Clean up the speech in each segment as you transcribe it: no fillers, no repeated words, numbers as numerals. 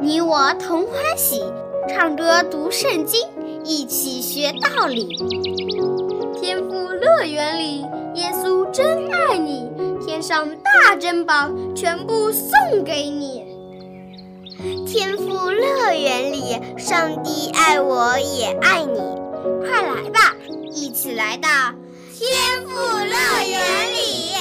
你我同欢喜，唱歌读圣经，一起学道理。天父乐园里，耶稣真爱你，天上大珍宝全部送给你。 天父乐园里，上帝爱我也爱你， 快来吧，一起来到天父乐园里。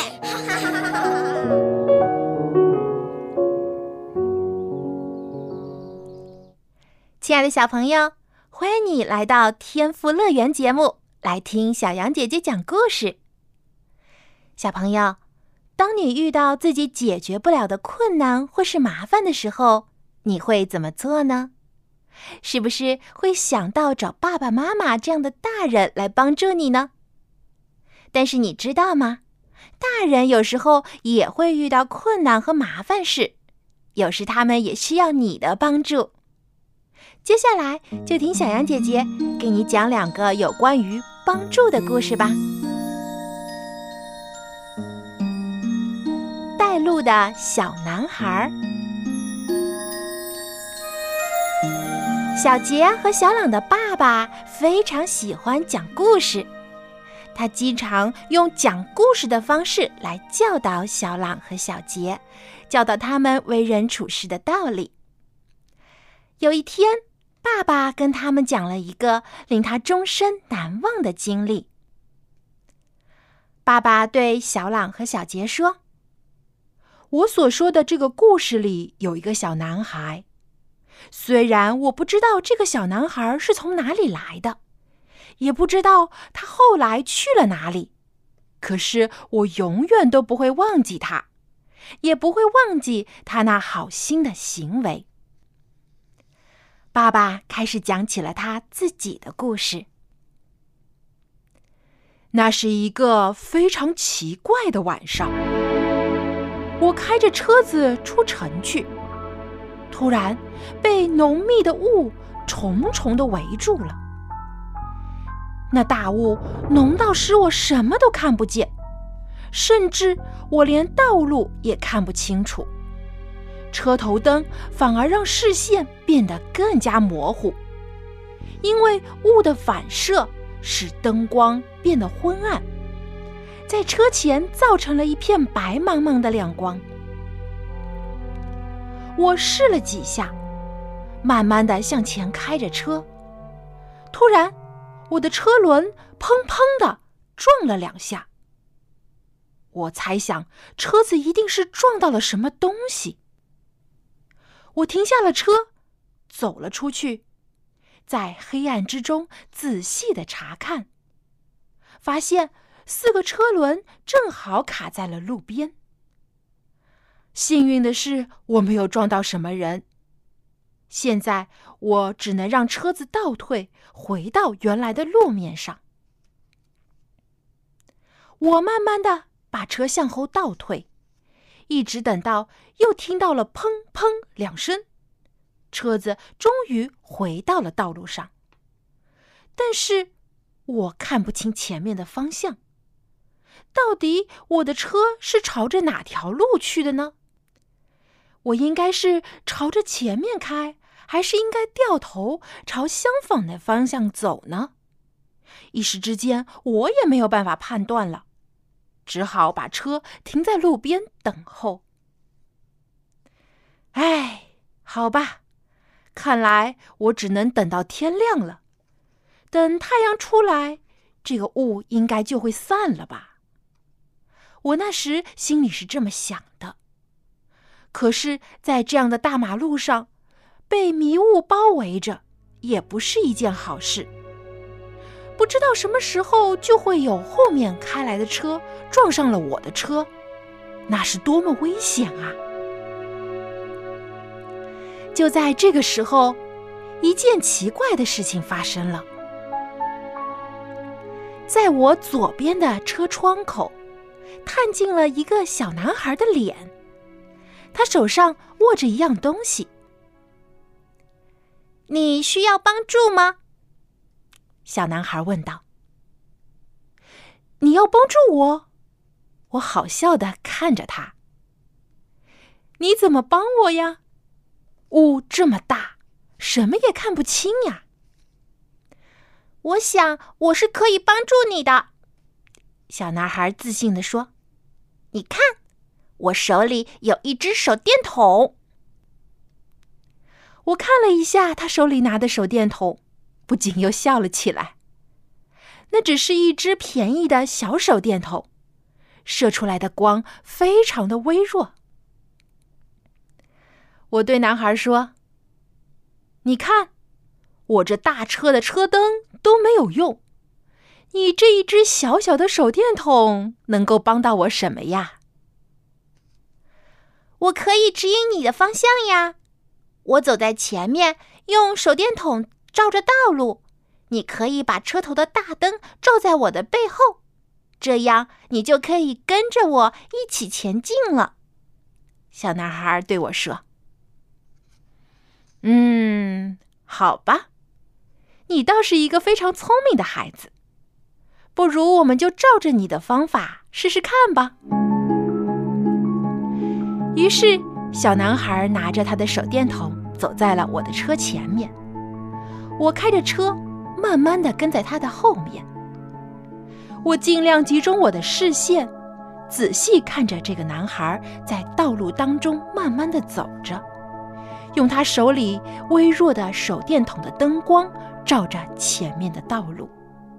亲爱的小朋友，欢迎你来到天父乐园节目，来听小羊姐姐讲故事。小朋友，当你遇到自己解决不了的困难或是麻烦的时候，你会怎么做呢？是不是会想到找爸爸妈妈这样的大人来帮助你呢？但是你知道吗？大人有时候也会遇到困难和麻烦事，有时他们也需要你的帮助。接下来就听小羊姐姐给你讲2个有关于帮助的故事吧。带路的小男孩。小杰和小朗的爸爸非常喜欢讲故事，他经常用讲故事的方式来教导小朗和小杰，教导他们为人处事的道理。有一天，爸爸跟他们讲了一个令他终身难忘的经历。爸爸对小朗和小杰说：“我所说的这个故事里有一个小男孩，虽然我不知道这个小男孩是从哪里来的，也不知道他后来去了哪里，可是我永远都不会忘记他，也不会忘记他那好心的行为。”爸爸开始讲起了他自己的故事。那是一个非常奇怪的晚上，我开着车子出城去，突然被浓密的雾重重地围住了。那大雾浓到使我什么都看不见，甚至我连道路也看不清楚。车头灯反而让视线变得更加模糊，因为雾的反射使灯光变得昏暗，在车前造成了一片白茫茫的亮光。我试了几下，慢慢地向前开着车，突然我的车轮砰砰地撞了2下。我猜想车子一定是撞到了什么东西。我停下了车，走了出去，在黑暗之中仔细地查看，发现4个车轮正好卡在了路边。幸运的是，我没有撞到什么人。现在我只能让车子倒退，回到原来的路面上。我慢慢地把车向后倒退，一直等到又听到了砰砰2声，车子终于回到了道路上。但是我看不清前面的方向，到底我的车是朝着哪条路去的呢？我应该是朝着前面开，还是应该掉头朝相反的方向走呢？一时之间我也没有办法判断了，只好把车停在路边等候。好吧，看来我只能等到天亮了。等太阳出来，这个雾应该就会散了吧。我那时心里是这么想的。可是在这样的大马路上，被迷雾包围着，也不是一件好事。不知道什么时候就会有后面开来的车撞上了我的车，那是多么危险啊！就在这个时候，一件奇怪的事情发生了。在我左边的车窗口，探进了一个小男孩的脸，他手上握着一样东西。“你需要帮助吗？”小男孩问道。“你要帮助我？”我好笑地看着他。“你怎么帮我呀？” 雾这么大，什么也看不清呀。 我想我是可以帮助你的，小男孩自信地说。你看，我手里有一只手电筒。 我看了一下他手里拿的手电筒，不禁又笑了起来。那只是一只便宜的小手电筒，射出来的光非常的微弱。我对男孩说：你看，我这大车的车灯都没有用，你这一只小小的手电筒能够帮到我什么呀？ 我可以指引你的方向呀。我走在前面，用手电筒照着道路，你可以把车头的大灯照在我的背后，这样你就可以跟着我一起前进了。小男孩对我说。 好吧，你倒是一个非常聪明的孩子，不如我们就照着你的方法试试看吧。于是小男孩拿着他的手电筒走在了我的车前面，我开着车慢慢地跟在他的后面。我尽量集中我的视线，仔细看着这个男孩在道路当中慢慢地走着，用他手里微弱的手电筒的灯光照着前面的道路。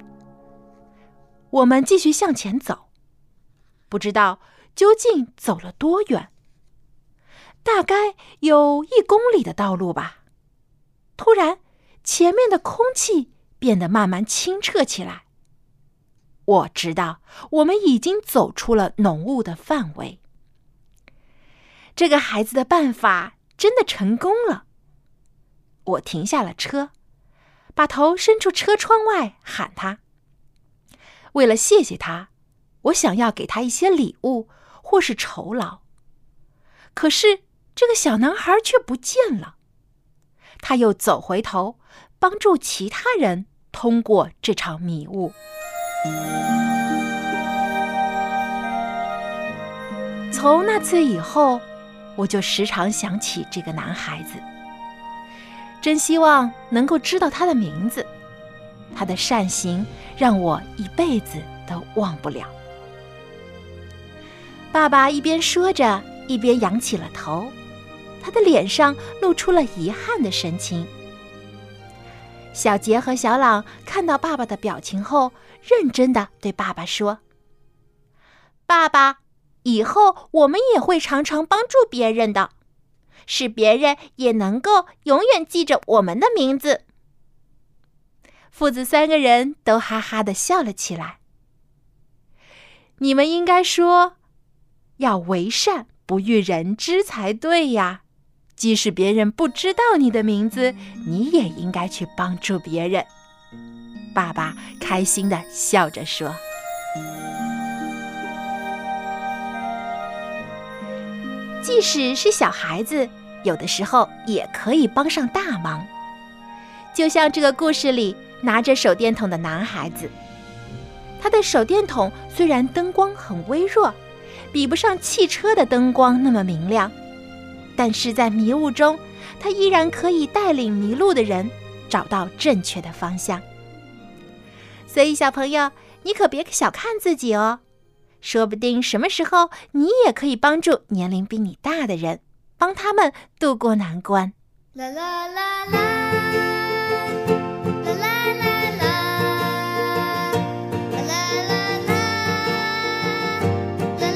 我们继续向前走，不知道究竟走了多远，大概有1公里的道路吧。突然，前面的空气变得慢慢清澈起来。我知道我们已经走出了浓雾的范围。这个孩子的办法真的成功了。我停下了车，把头伸出车窗外喊他。为了谢谢他，我想要给他一些礼物或是酬劳。可是这个小男孩却不见了。他又走回头，帮助其他人通过这场迷雾。从那次以后，我就时常想起这个男孩子，真希望能够知道他的名字。他的善行让我一辈子都忘不了。爸爸一边说着，一边仰起了头，他的脸上露出了遗憾的神情。小杰和小朗看到爸爸的表情后，认真地对爸爸说：爸爸，以后我们也会常常帮助别人的，使别人也能够永远记着我们的名字。父子3个人都哈哈地笑了起来。你们应该说，要为善不欲人知才对呀。即使别人不知道你的名字，你也应该去帮助别人。爸爸开心地笑着说。即使是小孩子，有的时候也可以帮上大忙。就像这个故事里拿着手电筒的男孩子，他的手电筒虽然灯光很微弱，比不上汽车的灯光那么明亮，但是在迷雾中，他依然可以带领迷路的人找到正确的方向。所以小朋友，你可别小看自己哦，说不定什么时候你也可以帮助年龄比你大的人，帮他们渡过难关。 啦啦啦啦，啦啦啦啦，啦啦啦啦，啦啦啦啦，啦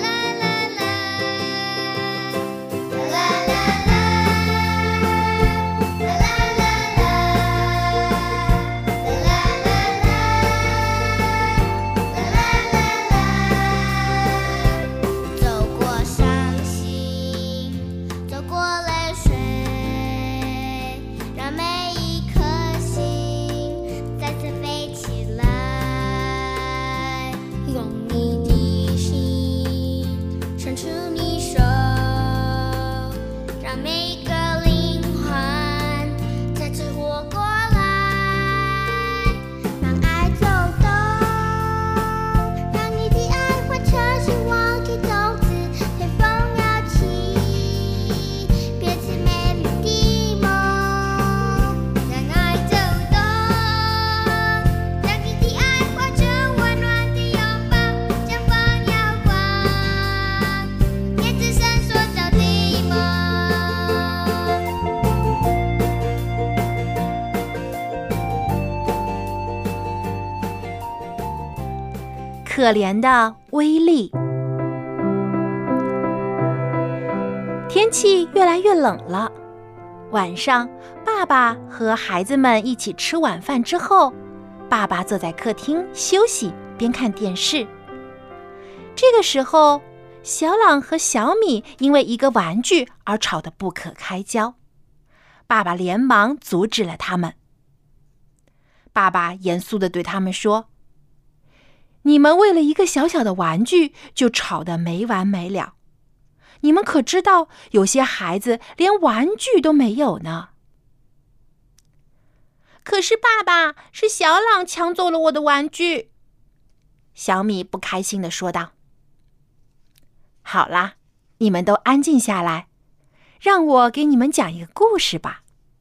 啦啦啦，啦啦啦啦，走过伤心，走过泪水，让每可怜的威利。天气越来越冷了，晚上爸爸和孩子们一起吃晚饭之后，爸爸坐在客厅休息，边看电视。这个时候，小朗和小米因为一个玩具而吵得不可开交，爸爸连忙阻止了他们。爸爸严肃地对他们说：“你们为了一个小小的玩具就吵得没完没了，你们可知道有些孩子连玩具都没有呢？” 可是爸爸，是小朗抢走了我的玩具。 小米不开心地说道。好啦，你们都安静下来，让我给你们讲一个故事吧。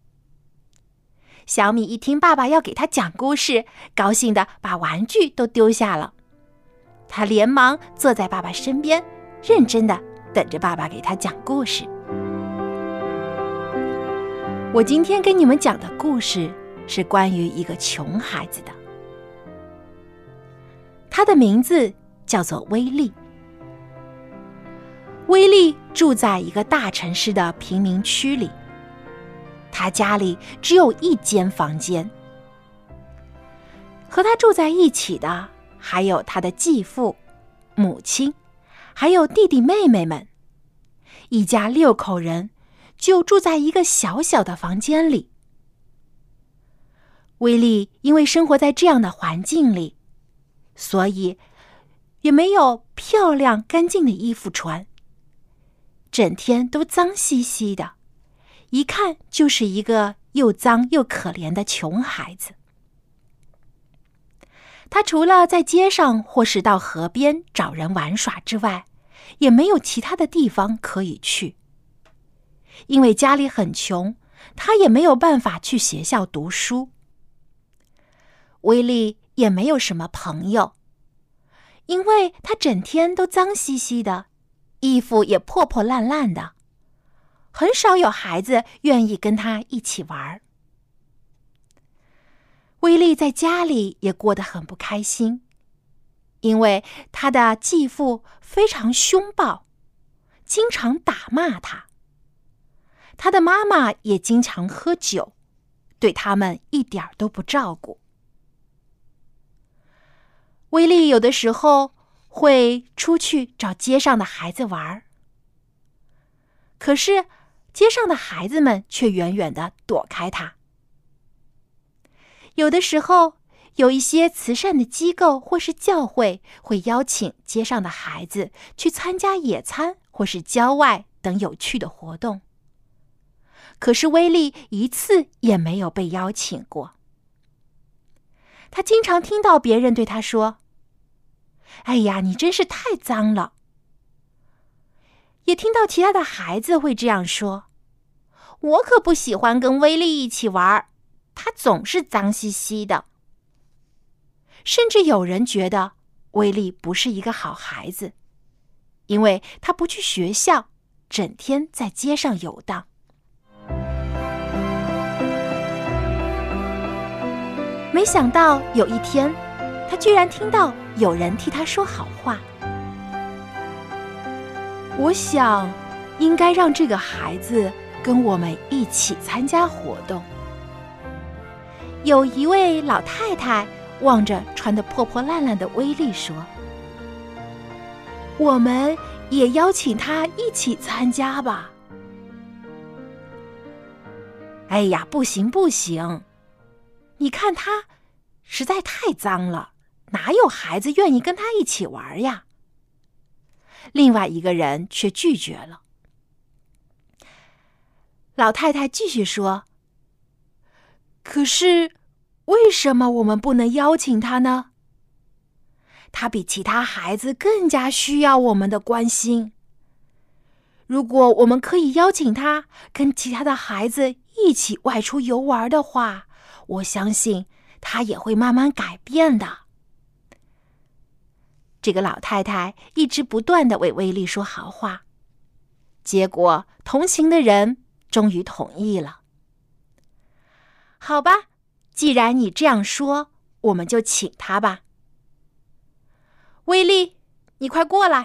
小米一听爸爸要给他讲故事，高兴地把玩具都丢下了。他连忙坐在爸爸身边，认真地等着爸爸给他讲故事。我今天给你们讲的故事是关于一个穷孩子的，他的名字叫做威利。威利住在一个大城市的贫民区里，他家里只有一间房间。和他住在一起的还有他的继父、母亲，还有弟弟妹妹们，一家6口人就住在一个小小的房间里。威利因为生活在这样的环境里，所以也没有漂亮干净的衣服穿，整天都脏兮兮的，一看就是一个又脏又可怜的穷孩子。他除了在街上或是到河边找人玩耍之外，也没有其他的地方可以去。因为家里很穷，他也没有办法去学校读书。威利也没有什么朋友，因为他整天都脏兮兮的，衣服也破破烂烂的，很少有孩子愿意跟他一起玩。威利在家里也过得很不开心，因为他的继父非常凶暴，经常打骂他。他的妈妈也经常喝酒，对他们一点都不照顾。威利有的时候会出去找街上的孩子玩，可是街上的孩子们却远远地躲开他。有的时候，有一些慈善的机构或是教会会邀请街上的孩子去参加野餐或是郊外等有趣的活动。可是威利一次也没有被邀请过。他经常听到别人对他说：“哎呀，你真是太脏了。”也听到其他的孩子会这样说：“我可不喜欢跟威利一起玩，他总是脏兮兮的。”甚至有人觉得威利不是一个好孩子，因为他不去学校，整天在街上游荡。没想到有一天，他居然听到有人替他说好话。我想，应该让这个孩子跟我们一起参加活动。有一位老太太望着穿得破破烂烂的威利说：“我们也邀请他一起参加吧。”哎呀，不行不行，你看他实在太脏了，哪有孩子愿意跟他一起玩呀？另外一个人却拒绝了。老太太继续说：“可是为什么我们不能邀请他呢？他比其他孩子更加需要我们的关心。如果我们可以邀请他跟其他的孩子一起外出游玩的话，我相信他也会慢慢改变的。”这个老太太一直不断地为威利说好话，结果同行的人终于同意了。好吧，既然你这样说，我们就请他吧。 威利，你快过来。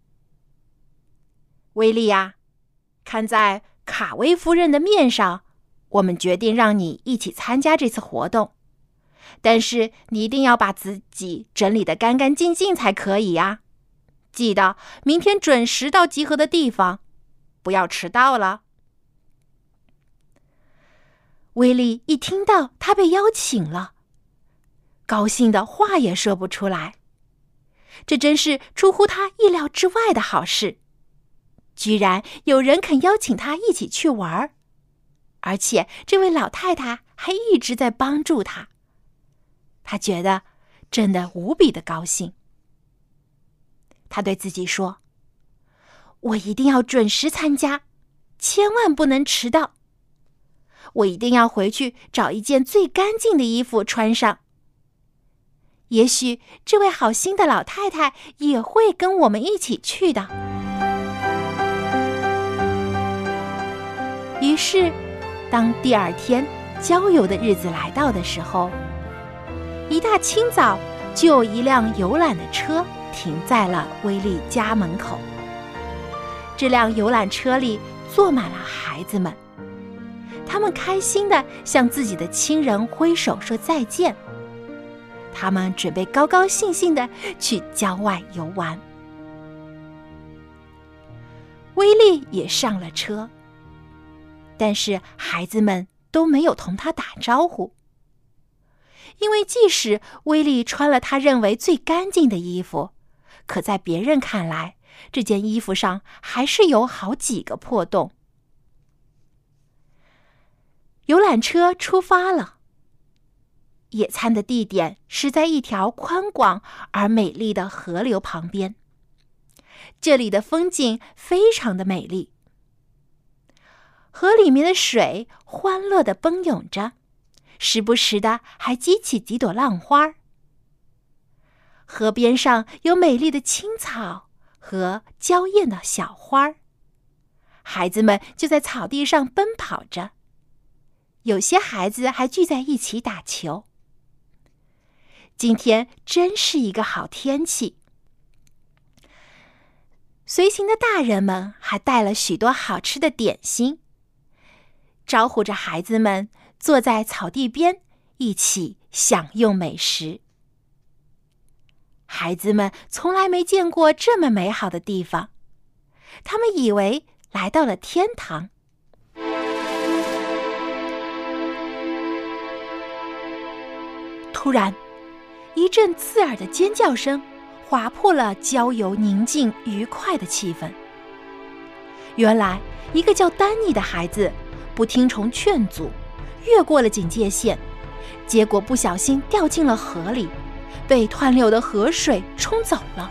威利呀，看在卡威夫人的面上，我们决定让你一起参加这次活动。但是你一定要把自己整理得干干净净才可以呀。记得明天准时到集合的地方，不要迟到了。威利一听到他被邀请了，高兴的话也说不出来。这真是出乎他意料之外的好事，居然有人肯邀请他一起去玩，而且这位老太太还一直在帮助他。他觉得真的无比的高兴。他对自己说：“我一定要准时参加，千万不能迟到。我一定要回去找一件最干净的衣服穿上。也许这位好心的老太太也会跟我们一起去的。”于是，当第二天郊游的日子来到的时候，一大清早就有一辆游览的车停在了威利家门口。这辆游览车里坐满了孩子们，他们开心地向自己的亲人挥手说再见。他们准备高高兴兴地去郊外游玩。威利也上了车，但是孩子们都没有同他打招呼。因为即使威利穿了他认为最干净的衣服，可在别人看来，这件衣服上还是有好几个破洞。游览车出发了，野餐的地点是在一条宽广而美丽的河流旁边。这里的风景非常的美丽，河里面的水欢乐地奔涌着，时不时的还激起几朵浪花。河边上有美丽的青草和娇艳的小花，孩子们就在草地上奔跑着，有些孩子还聚在一起打球。今天真是一个好天气。随行的大人们还带了许多好吃的点心，招呼着孩子们坐在草地边一起享用美食。孩子们从来没见过这么美好的地方，他们以为来到了天堂。突然，一阵刺耳的尖叫声划破了郊游宁静愉快的气氛。原来，一个叫丹尼的孩子不听从劝阻，越过了警戒线，结果不小心掉进了河里，被湍流的河水冲走了。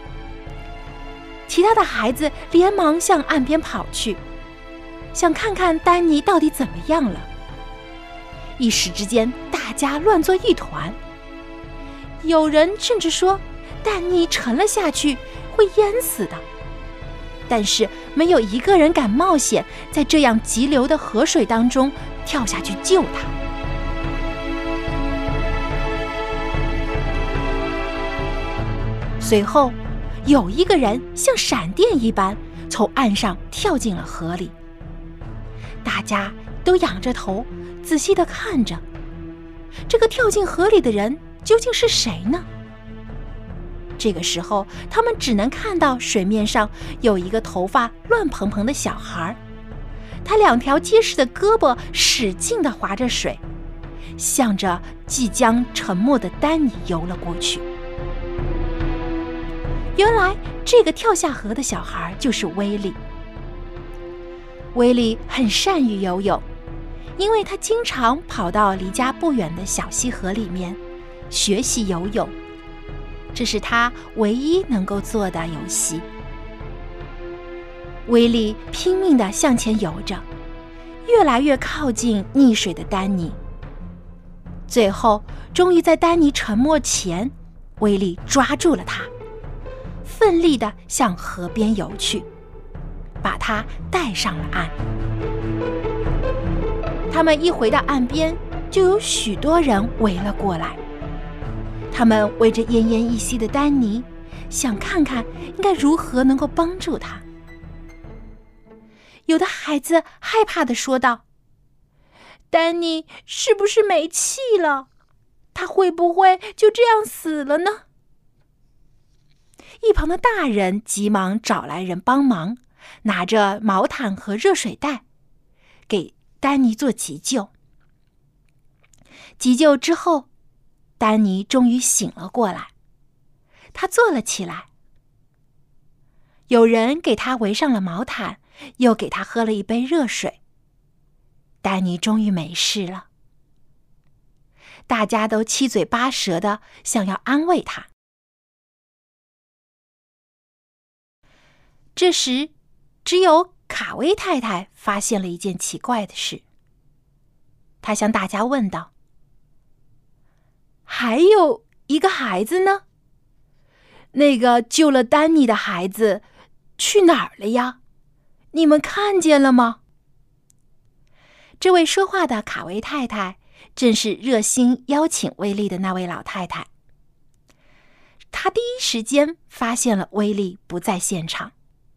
其他的孩子连忙向岸边跑去，想看看丹尼到底怎么样了。一时之间，大家乱作一团，有人甚至说丹尼沉了下去，会淹死的。但是没有一个人敢冒险在这样急流的河水当中跳下去救他。随后，有一个人像闪电一般从岸上跳进了河里，大家都仰着头仔细地看着，这个跳进河里的人究竟是谁呢？这个时候，他们只能看到水面上有一个头发乱蓬蓬的小孩，他两条结实的胳膊使劲地划着水，向着即将沉没的丹尼游了过去。原来，这个跳下河的小孩就是威利。威利很善于游泳，因为他经常跑到离家不远的小溪河里面学习游泳，这是他唯一能够做的游戏。威利拼命地向前游着，越来越靠近溺水的丹尼。最后，终于在丹尼沉没前，威利抓住了他，奋力地向河边游去，把他带上了岸。他们一回到岸边，就有许多人围了过来。他们围着奄奄一息的丹尼， 想看看应该如何能够帮助他。有的孩子害怕地说道：“丹尼是不是没气了？他会不会就这样死了呢？”一旁的大人急忙找来人帮忙，拿着毛毯和热水袋，给丹尼做急救。急救之后，丹尼终于醒了过来，他坐了起来。有人给他围上了毛毯，又给他喝了一杯热水。丹尼终于没事了。大家都七嘴八舌的想要安慰他。这时，只有卡薇太太发现了一件奇怪的事。她向大家问道：“还有一个孩子呢？那个救了丹尼的孩子去哪儿了呀？你们看见了吗？”这位说话的卡薇太太正是热心邀请威利的那位老太太。她第一时间发现了威利不在现场。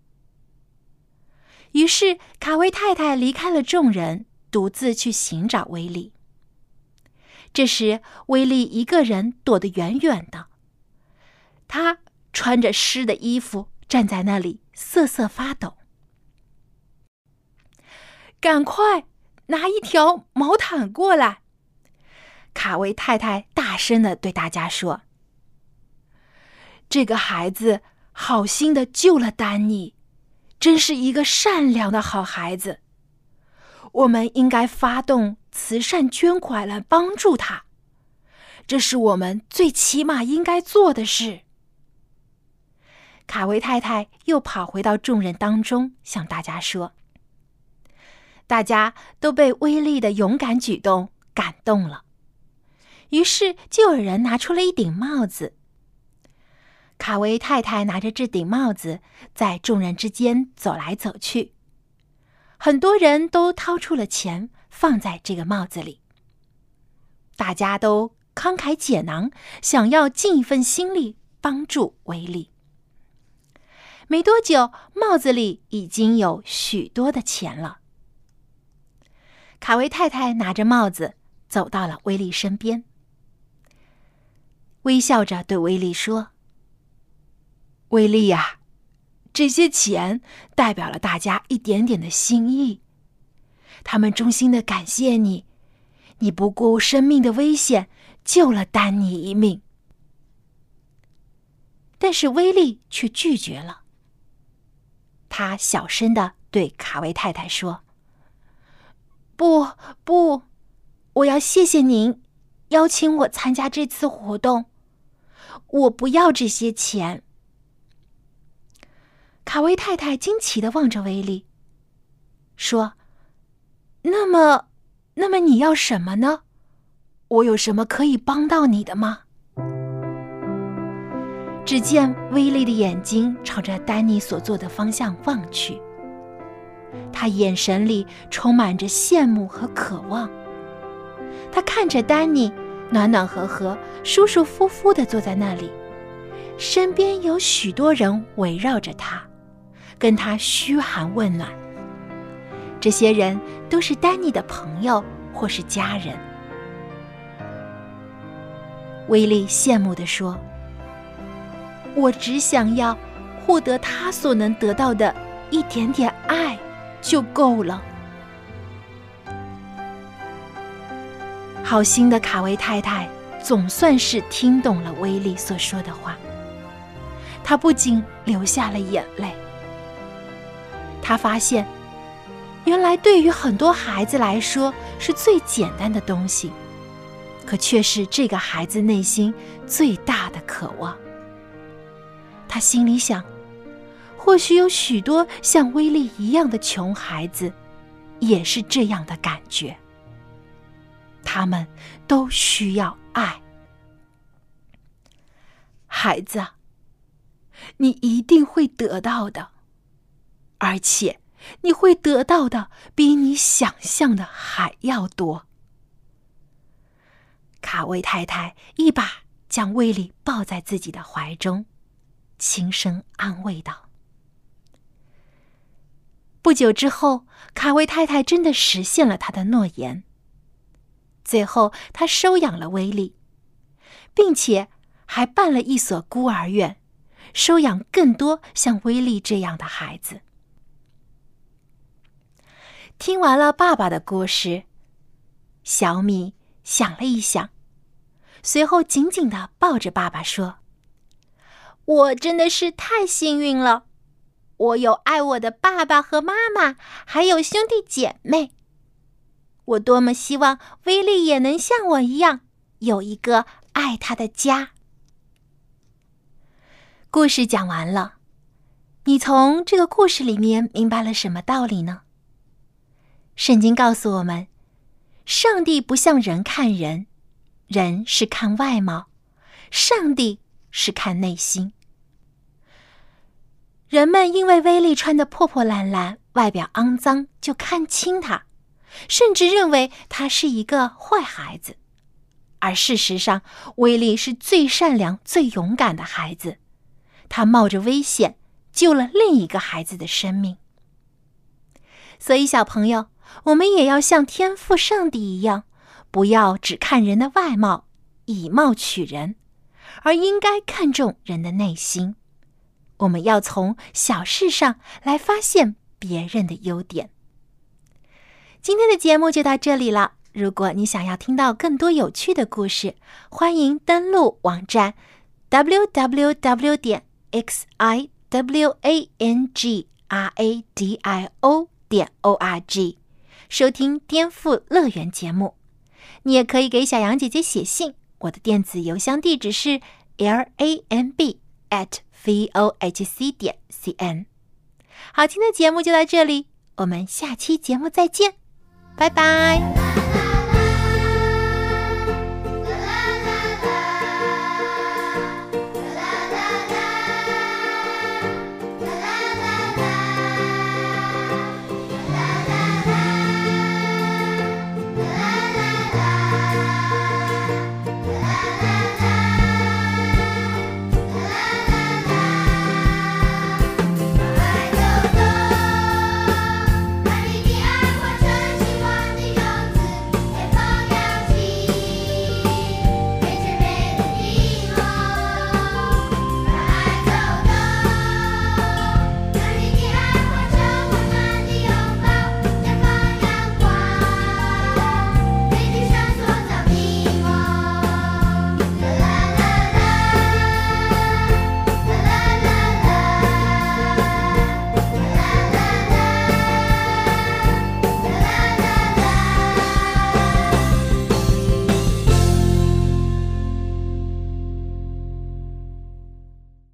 于是卡薇太太离开了众人，独自去寻找威利。这时威利一个人躲得远远的，他穿着湿的衣服站在那里瑟瑟发抖。“赶快拿一条毛毯过来！”卡薇太太大声地对大家说。“这个孩子好心地救了丹尼，真是一个善良的好孩子。我们应该发动慈善捐款来帮助他，这是我们最起码应该做的事。”卡薇太太又跑回到众人当中，向大家说。大家都被威利的勇敢举动感动了，于是就有人拿出了一顶帽子。卡薇太太拿着这顶帽子在众人之间走来走去，很多人都掏出了钱放在这个帽子里。大家都慷慨解囊，想要尽一份心力帮助威利。没多久，帽子里已经有许多的钱了。卡薇太太拿着帽子走到了威利身边，微笑着对威利说：“威利呀，这些钱代表了大家一点点的心意，他们衷心的感谢你，你不顾生命的危险救了丹尼一命。”但是威利却拒绝了。他小声地对卡薇太太说：“不，我要谢谢您邀请我参加这次活动，我不要这些钱。”卡薇太太惊奇地望着威利，说：“那么你要什么呢？我有什么可以帮到你的吗？”只见威利的眼睛朝着丹尼所坐的方向望去，他眼神里充满着羡慕和渴望。他看着丹尼暖暖和和、舒舒服服地坐在那里，身边有许多人围绕着他，跟他嘘寒问暖。这些人都是丹尼的朋友或是家人。威利羡慕地说：“我只想要获得他所能得到的一点点爱就够了。”好心的卡薇太太总算是听懂了威利所说的话，她不仅流下了眼泪。她发现，原来对于很多孩子来说是最简单的东西，可却是这个孩子内心最大的渴望。他心里想，或许有许多像威利一样的穷孩子也是这样的感觉，他们都需要爱。孩子，你一定会得到的，而且你会得到的比你想象的还要多。卡薇太太一把将威利抱在自己的怀中， 轻声安慰道。不久之后，卡维太太真的实现了她的诺言。最后，她收养了威利，并且还办了一所孤儿院，收养更多像威利这样的孩子。听完了爸爸的故事，小米想了一想，随后紧紧地抱着爸爸说：“ 我真的是太幸运了，我有爱我的爸爸和妈妈，还有兄弟姐妹。我多么希望威利也能像我一样，有一个爱他的家。” 故事讲完了，你从这个故事里面明白了什么道理呢？圣经告诉我们，上帝不像人看人，人是看外貌，上帝是看内心。人们因为威利穿得破破烂烂，外表肮脏，就看轻他，甚至认为他是一个坏孩子。而事实上，威利是最善良、最勇敢的孩子，他冒着危险救了另一个孩子的生命。所以小朋友，我们也要像天父上帝一样，不要只看人的外貌，以貌取人，而应该看重人的内心。我们要从小事上来发现别人的优点。今天的节目就到这里了。如果你想要听到更多有趣的故事，欢迎登录网站 www.xiwangradio.org 收听颠覆乐园节目。你也可以给小羊姐姐写信，我的电子邮箱地址是 lamb@vohc.cn。 好，今天的节目就到这里，我们下期节目再见，拜拜。